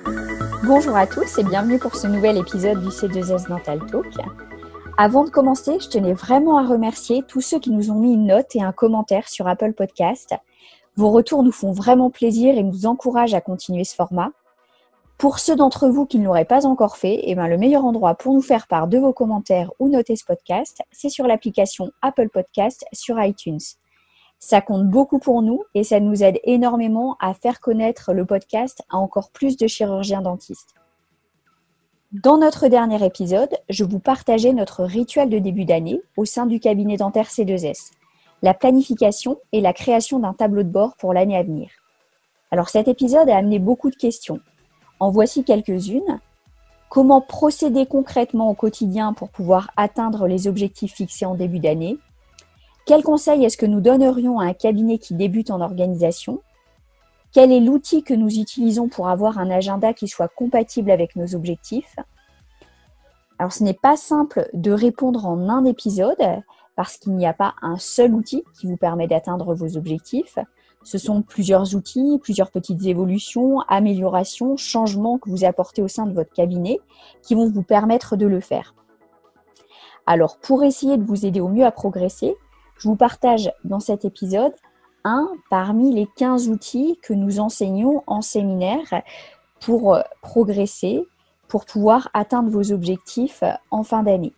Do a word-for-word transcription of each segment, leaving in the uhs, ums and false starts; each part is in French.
Bonjour à tous et bienvenue pour ce nouvel épisode du C deux S Dental Talk. Avant de commencer, je tenais vraiment à remercier tous ceux qui nous ont mis une note et un commentaire sur Apple Podcast. Vos retours nous font vraiment plaisir et nous encouragent à continuer ce format. Pour ceux d'entre vous qui ne l'auraient pas encore fait, eh ben, le meilleur endroit pour nous faire part de vos commentaires ou noter ce podcast, c'est sur l'application Apple Podcast sur iTunes. Ça compte beaucoup pour nous et ça nous aide énormément à faire connaître le podcast à encore plus de chirurgiens dentistes. Dans notre dernier épisode, je vous partageais notre rituel de début d'année au sein du cabinet dentaire C deux S, la planification et la création d'un tableau de bord pour l'année à venir. Alors cet épisode a amené beaucoup de questions. En voici quelques-unes. Comment procéder concrètement au quotidien pour pouvoir atteindre les objectifs fixés en début d'année ? Quels conseils est-ce que nous donnerions à un cabinet qui débute en organisation ? Quel est l'outil que nous utilisons pour avoir un agenda qui soit compatible avec nos objectifs ? Alors, ce n'est pas simple de répondre en un épisode parce qu'il n'y a pas un seul outil qui vous permet d'atteindre vos objectifs. Ce sont plusieurs outils, plusieurs petites évolutions, améliorations, changements que vous apportez au sein de votre cabinet qui vont vous permettre de le faire. Alors, pour essayer de vous aider au mieux à progresser, je vous partage dans cet épisode un parmi les quinze outils que nous enseignons en séminaire pour progresser, pour pouvoir atteindre vos objectifs en fin d'année.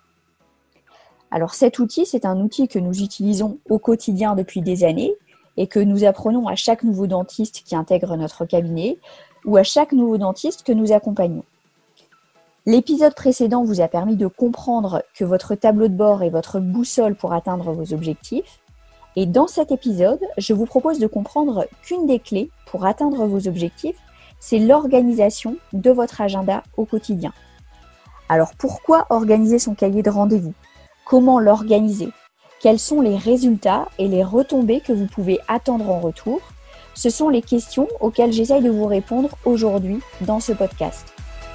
Alors cet outil, c'est un outil que nous utilisons au quotidien depuis des années et que nous apprenons à chaque nouveau dentiste qui intègre notre cabinet ou à chaque nouveau dentiste que nous accompagnons. L'épisode précédent vous a permis de comprendre que votre tableau de bord est votre boussole pour atteindre vos objectifs. Et dans cet épisode, je vous propose de comprendre qu'une des clés pour atteindre vos objectifs, c'est l'organisation de votre agenda au quotidien. Alors pourquoi organiser son cahier de rendez-vous ? Comment l'organiser ? Quels sont les résultats et les retombées que vous pouvez attendre en retour ? Ce sont les questions auxquelles j'essaye de vous répondre aujourd'hui dans ce podcast.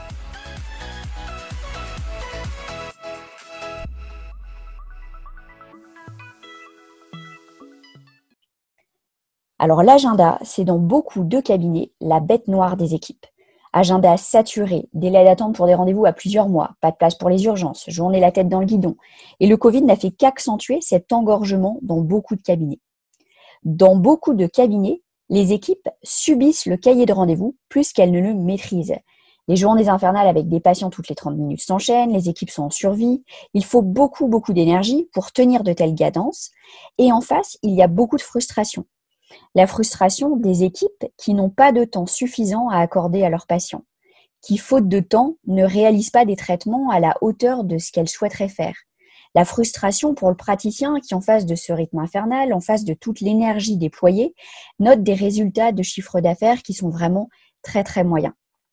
Alors l'agenda, c'est dans beaucoup de cabinets la bête noire des équipes. Agenda saturé, délai d'attente pour des rendez-vous à plusieurs mois, pas de place pour les urgences, journée la tête dans le guidon. Et le Covid n'a fait qu'accentuer cet engorgement dans beaucoup de cabinets. Dans beaucoup de cabinets, les équipes subissent le cahier de rendez-vous plus qu'elles ne le maîtrisent. Les journées infernales avec des patients toutes les trente minutes s'enchaînent, les équipes sont en survie, il faut beaucoup, beaucoup d'énergie pour tenir de telles cadences. Et en face, il y a beaucoup de frustration. La frustration des équipes qui n'ont pas de temps suffisant à accorder à leurs patients, qui, faute de temps, ne réalisent pas des traitements à la hauteur de ce qu'elles souhaiteraient faire. La frustration pour le praticien qui, en face de ce rythme infernal, en face de toute l'énergie déployée, note des résultats de chiffre d'affaires qui sont vraiment très très moyens.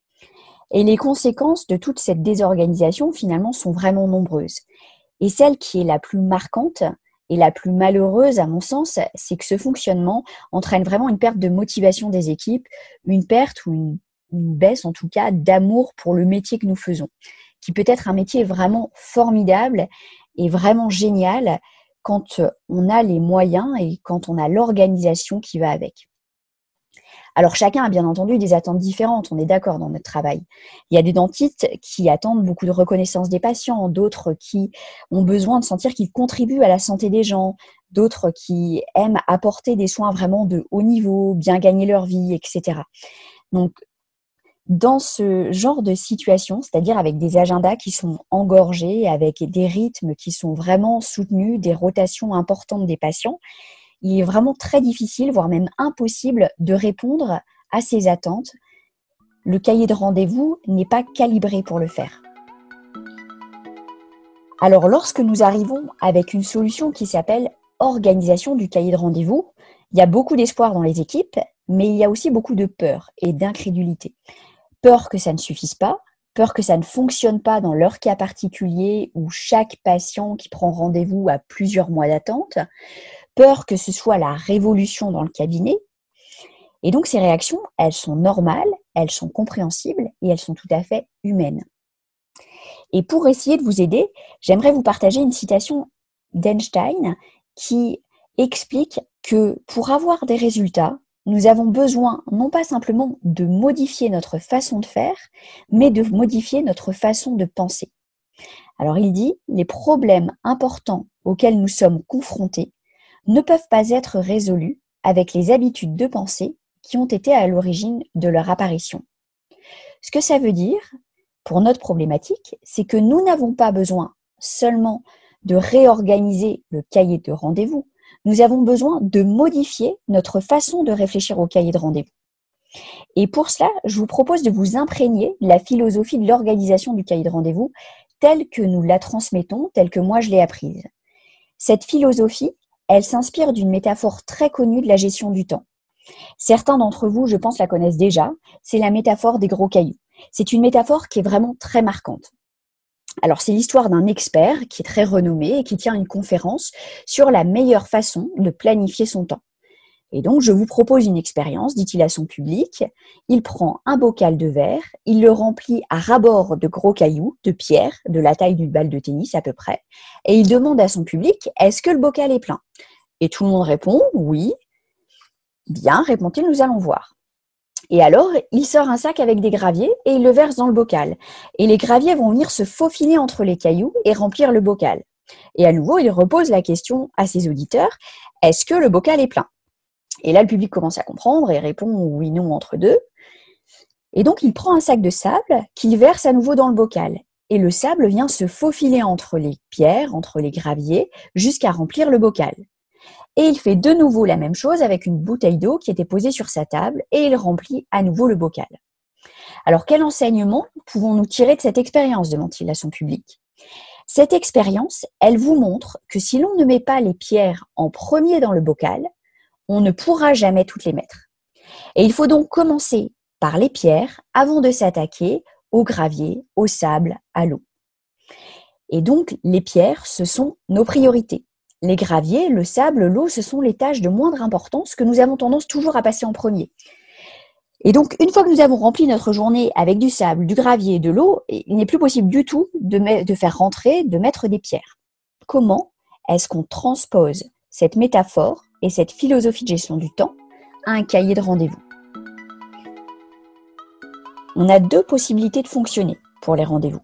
Et les conséquences de toute cette désorganisation, finalement, sont vraiment nombreuses. Et celle qui est la plus marquante, et la plus malheureuse, à mon sens, c'est que ce fonctionnement entraîne vraiment une perte de motivation des équipes, une perte ou une, une baisse en tout cas d'amour pour le métier que nous faisons, qui peut être un métier vraiment formidable et vraiment génial quand on a les moyens et quand on a l'organisation qui va avec. Alors chacun a bien entendu des attentes différentes, on est d'accord dans notre travail. Il y a des dentistes qui attendent beaucoup de reconnaissance des patients, d'autres qui ont besoin de sentir qu'ils contribuent à la santé des gens, d'autres qui aiment apporter des soins vraiment de haut niveau, bien gagner leur vie, et cetera. Donc dans ce genre de situation, c'est-à-dire avec des agendas qui sont engorgés, avec des rythmes qui sont vraiment soutenus, des rotations importantes des patients, il est vraiment très difficile, voire même impossible, de répondre à ces attentes. Le cahier de rendez-vous n'est pas calibré pour le faire. Alors, lorsque nous arrivons avec une solution qui s'appelle organisation du cahier de rendez-vous, il y a beaucoup d'espoir dans les équipes, mais il y a aussi beaucoup de peur et d'incrédulité. Peur que ça ne suffise pas, peur que ça ne fonctionne pas dans leur cas particulier où chaque patient qui prend rendez-vous a plusieurs mois d'attente, peur que ce soit la révolution dans le cabinet. Et donc ces réactions, elles sont normales, elles sont compréhensibles et elles sont tout à fait humaines. Et pour essayer de vous aider, j'aimerais vous partager une citation d'Einstein qui explique que pour avoir des résultats, nous avons besoin non pas simplement de modifier notre façon de faire, mais de modifier notre façon de penser. Alors il dit, les problèmes importants auxquels nous sommes confrontés ne peuvent pas être résolus avec les habitudes de pensée qui ont été à l'origine de leur apparition. Ce que ça veut dire, pour notre problématique, c'est que nous n'avons pas besoin seulement de réorganiser le cahier de rendez-vous, nous avons besoin de modifier notre façon de réfléchir au cahier de rendez-vous. Et pour cela, je vous propose de vous imprégner de la philosophie de l'organisation du cahier de rendez-vous telle que nous la transmettons, telle que moi je l'ai apprise. Cette philosophie, elle s'inspire d'une métaphore très connue de la gestion du temps. Certains d'entre vous, je pense, la connaissent déjà, c'est la métaphore des gros cailloux. C'est une métaphore qui est vraiment très marquante. Alors, c'est l'histoire d'un expert qui est très renommé et qui tient une conférence sur la meilleure façon de planifier son temps. Et donc, je vous propose une expérience, dit-il à son public. Il prend un bocal de verre, il le remplit à ras-bord de gros cailloux, de pierres, de la taille d'une balle de tennis à peu près, et il demande à son public, est-ce que le bocal est plein? Et tout le monde répond, oui. Bien, répond-il, nous allons voir. Et alors, il sort un sac avec des graviers et il le verse dans le bocal. Et les graviers vont venir se faufiler entre les cailloux et remplir le bocal. Et à nouveau, il repose la question à ses auditeurs, est-ce que le bocal est plein? Et là, le public commence à comprendre et répond oui, non entre deux. Et donc, il prend un sac de sable qu'il verse à nouveau dans le bocal. Et le sable vient se faufiler entre les pierres, entre les graviers, jusqu'à remplir le bocal. Et il fait de nouveau la même chose avec une bouteille d'eau qui était posée sur sa table et il remplit à nouveau le bocal. Alors, quel enseignement pouvons-nous tirer de cette expérience, demande-t-il à son public? Cette expérience, elle vous montre que si l'on ne met pas les pierres en premier dans le bocal, on ne pourra jamais toutes les mettre. Et il faut donc commencer par les pierres avant de s'attaquer au gravier, au sable, à l'eau. Et donc, les pierres, ce sont nos priorités. Les graviers, le sable, l'eau, ce sont les tâches de moindre importance que nous avons tendance toujours à passer en premier. Et donc, une fois que nous avons rempli notre journée avec du sable, du gravier, de l'eau, il n'est plus possible du tout de, me- de faire rentrer, de mettre des pierres. Comment est-ce qu'on transpose cette métaphore et cette philosophie de gestion du temps à un cahier de rendez-vous? On a deux possibilités de fonctionner pour les rendez-vous.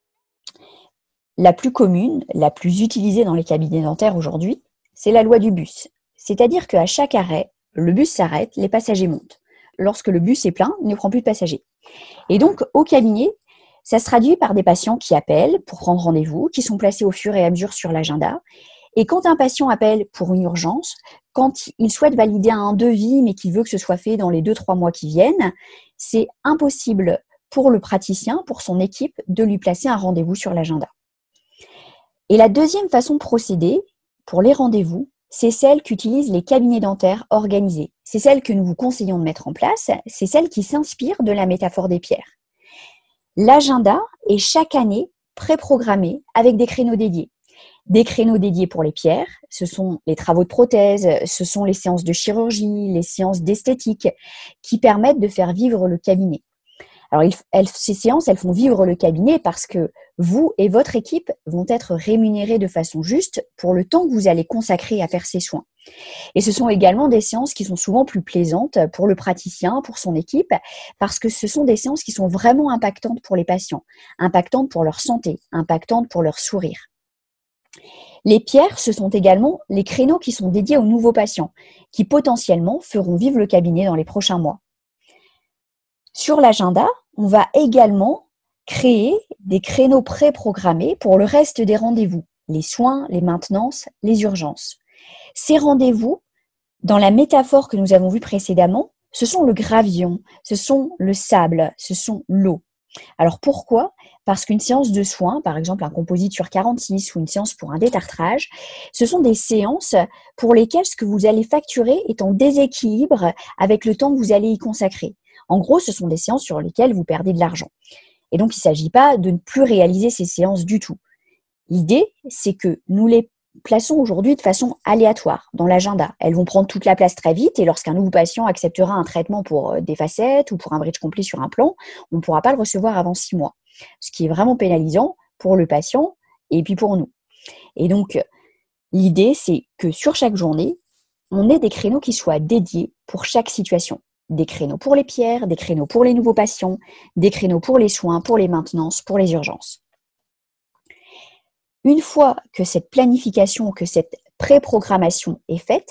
La plus commune, la plus utilisée dans les cabinets dentaires aujourd'hui, c'est la loi du bus. C'est-à-dire qu'à chaque arrêt, le bus s'arrête, les passagers montent. Lorsque le bus est plein, il ne prend plus de passagers. Et donc, au cabinet, ça se traduit par des patients qui appellent pour prendre rendez-vous, qui sont placés au fur et à mesure sur l'agenda. Et quand un patient appelle pour une urgence, quand il souhaite valider un devis, mais qu'il veut que ce soit fait dans les deux trois mois qui viennent, c'est impossible pour le praticien, pour son équipe, de lui placer un rendez-vous sur l'agenda. Et la deuxième façon de procéder pour les rendez-vous, c'est celle qu'utilisent les cabinets dentaires organisés. C'est celle que nous vous conseillons de mettre en place, c'est celle qui s'inspire de la métaphore des pierres. L'agenda est chaque année préprogrammé avec des créneaux dédiés. Des créneaux dédiés pour les pierres, ce sont les travaux de prothèse, ce sont les séances de chirurgie, les séances d'esthétique qui permettent de faire vivre le cabinet. Alors, il, elles, ces séances, elles font vivre le cabinet parce que vous et votre équipe vont être rémunérés de façon juste pour le temps que vous allez consacrer à faire ces soins. Et ce sont également des séances qui sont souvent plus plaisantes pour le praticien, pour son équipe, parce que ce sont des séances qui sont vraiment impactantes pour les patients, impactantes pour leur santé, impactantes pour leur sourire. Les pierres, ce sont également les créneaux qui sont dédiés aux nouveaux patients, qui potentiellement feront vivre le cabinet dans les prochains mois. Sur l'agenda, on va également créer des créneaux préprogrammés pour le reste des rendez-vous, les soins, les maintenances, les urgences. Ces rendez-vous, dans la métaphore que nous avons vue précédemment, ce sont le gravillon, ce sont le sable, ce sont l'eau. Alors pourquoi ? Parce qu'une séance de soins, par exemple un composite sur quarante-six ou une séance pour un détartrage, ce sont des séances pour lesquelles ce que vous allez facturer est en déséquilibre avec le temps que vous allez y consacrer. En gros, ce sont des séances sur lesquelles vous perdez de l'argent. Et donc, il ne s'agit pas de ne plus réaliser ces séances du tout. L'idée, c'est que nous les plaçons aujourd'hui de façon aléatoire dans l'agenda. Elles vont prendre toute la place très vite et lorsqu'un nouveau patient acceptera un traitement pour des facettes ou pour un bridge complet sur un plan, on ne pourra pas le recevoir avant six mois. Ce qui est vraiment pénalisant pour le patient et puis pour nous. Et donc, l'idée, c'est que sur chaque journée, on ait des créneaux qui soient dédiés pour chaque situation. Des créneaux pour les pierres, des créneaux pour les nouveaux patients, des créneaux pour les soins, pour les maintenances, pour les urgences. Une fois que cette planification, que cette pré-programmation est faite,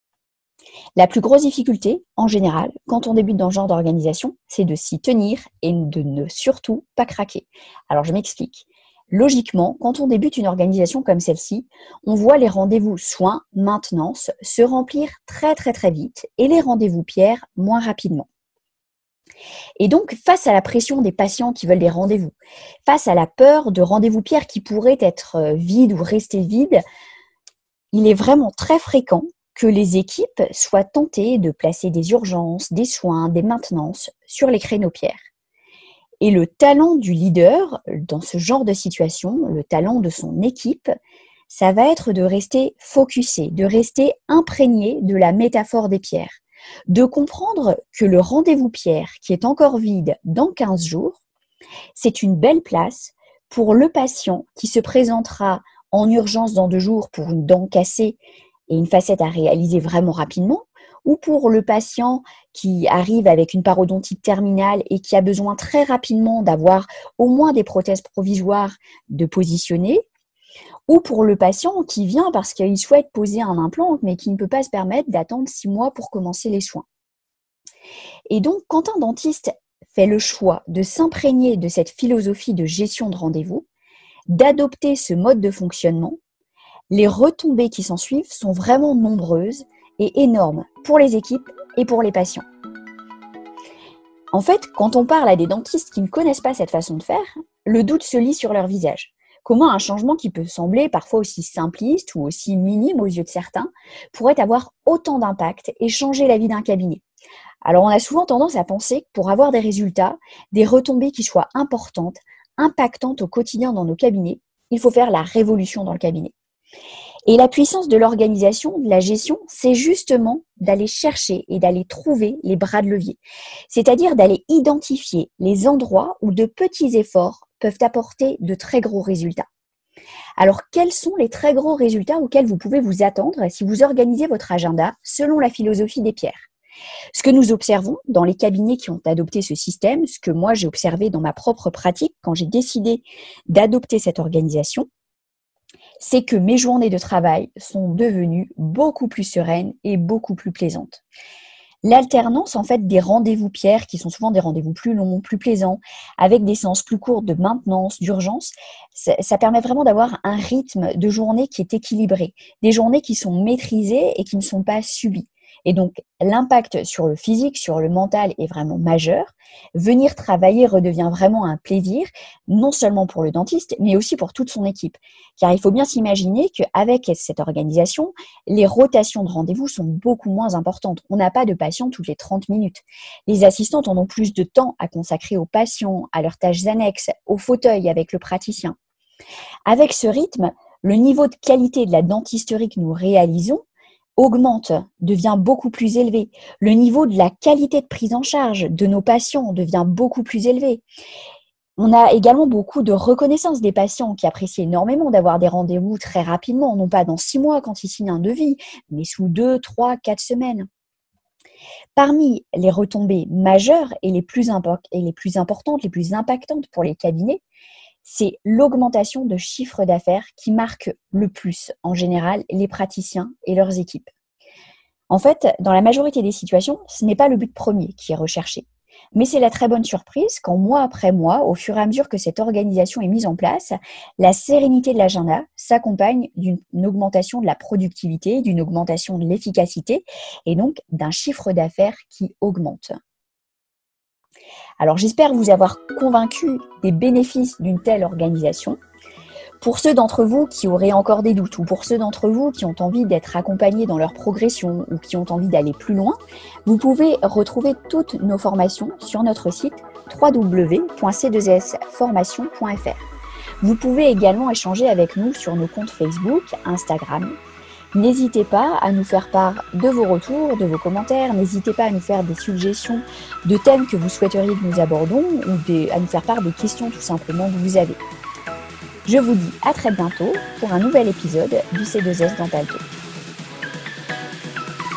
la plus grosse difficulté, en général, quand on débute dans ce genre d'organisation, c'est de s'y tenir et de ne surtout pas craquer. Alors, je m'explique. Logiquement, quand on débute une organisation comme celle-ci, on voit les rendez-vous soins, maintenance se remplir très très très vite et les rendez-vous pierres moins rapidement. Et donc, face à la pression des patients qui veulent des rendez-vous, face à la peur de rendez-vous pierres qui pourraient être vides ou rester vides, il est vraiment très fréquent que les équipes soient tentées de placer des urgences, des soins, des maintenances sur les créneaux pierres. Et le talent du leader dans ce genre de situation, le talent de son équipe, ça va être de rester focusé, de rester imprégné de la métaphore des pierres, de comprendre que le rendez-vous pierre qui est encore vide dans quinze jours, c'est une belle place pour le patient qui se présentera en urgence dans deux jours pour une dent cassée et une facette à réaliser vraiment rapidement, ou pour le patient qui arrive avec une parodontite terminale et qui a besoin très rapidement d'avoir au moins des prothèses provisoires de positionner, ou pour le patient qui vient parce qu'il souhaite poser un implant mais qui ne peut pas se permettre d'attendre six mois pour commencer les soins. Et donc, quand un dentiste fait le choix de s'imprégner de cette philosophie de gestion de rendez-vous, d'adopter ce mode de fonctionnement, les retombées qui s'en suivent sont vraiment nombreuses et énormes pour les équipes et pour les patients. En fait, quand on parle à des dentistes qui ne connaissent pas cette façon de faire, le doute se lit sur leur visage. Comment un changement qui peut sembler parfois aussi simpliste ou aussi minime aux yeux de certains pourrait avoir autant d'impact et changer la vie d'un cabinet? Alors on a souvent tendance à penser que pour avoir des résultats, des retombées qui soient importantes, impactantes au quotidien dans nos cabinets, il faut faire la révolution dans le cabinet. Et la puissance de l'organisation, de la gestion, c'est justement d'aller chercher et d'aller trouver les bras de levier. C'est-à-dire d'aller identifier les endroits où de petits efforts peuvent apporter de très gros résultats. Alors, quels sont les très gros résultats auxquels vous pouvez vous attendre si vous organisez votre agenda selon la philosophie des pierres? Ce que nous observons dans les cabinets qui ont adopté ce système, ce que moi j'ai observé dans ma propre pratique quand j'ai décidé d'adopter cette organisation, c'est que mes journées de travail sont devenues beaucoup plus sereines et beaucoup plus plaisantes. L'alternance en fait des rendez-vous pierres, qui sont souvent des rendez-vous plus longs, plus plaisants, avec des séances plus courtes de maintenance, d'urgence, ça, ça permet vraiment d'avoir un rythme de journée qui est équilibré, des journées qui sont maîtrisées et qui ne sont pas subies. Et donc, l'impact sur le physique, sur le mental est vraiment majeur. Venir travailler redevient vraiment un plaisir, non seulement pour le dentiste, mais aussi pour toute son équipe. Car il faut bien s'imaginer qu'avec cette organisation, les rotations de rendez-vous sont beaucoup moins importantes. On n'a pas de patients toutes les trente minutes. Les assistantes en ont plus de temps à consacrer aux patients, à leurs tâches annexes, au fauteuil avec le praticien. Avec ce rythme, le niveau de qualité de la dentisterie que nous réalisons augmente, devient beaucoup plus élevé. Le niveau de la qualité de prise en charge de nos patients devient beaucoup plus élevé. On a également beaucoup de reconnaissance des patients qui apprécient énormément d'avoir des rendez-vous très rapidement, non pas dans six mois quand ils signent un devis, mais sous deux, trois, quatre semaines. Parmi les retombées majeures et les plus, impo- et les plus importantes, les plus impactantes pour les cabinets, c'est l'augmentation de chiffre d'affaires qui marque le plus, en général, les praticiens et leurs équipes. En fait, dans la majorité des situations, ce n'est pas le but premier qui est recherché. Mais c'est la très bonne surprise quand, mois après mois, au fur et à mesure que cette organisation est mise en place, la sérénité de l'agenda s'accompagne d'une augmentation de la productivité, d'une augmentation de l'efficacité et donc d'un chiffre d'affaires qui augmente. Alors j'espère vous avoir convaincu des bénéfices d'une telle organisation. Pour ceux d'entre vous qui auraient encore des doutes ou pour ceux d'entre vous qui ont envie d'être accompagnés dans leur progression ou qui ont envie d'aller plus loin, vous pouvez retrouver toutes nos formations sur notre site w w w point c deux s formation point f r. Vous pouvez également échanger avec nous sur nos comptes Facebook, Instagram. N'hésitez pas à nous faire part de vos retours, de vos commentaires. N'hésitez pas à nous faire des suggestions de thèmes que vous souhaiteriez que nous abordons ou des, à nous faire part des questions tout simplement que vous avez. Je vous dis à très bientôt pour un nouvel épisode du C deux S Dental Talk.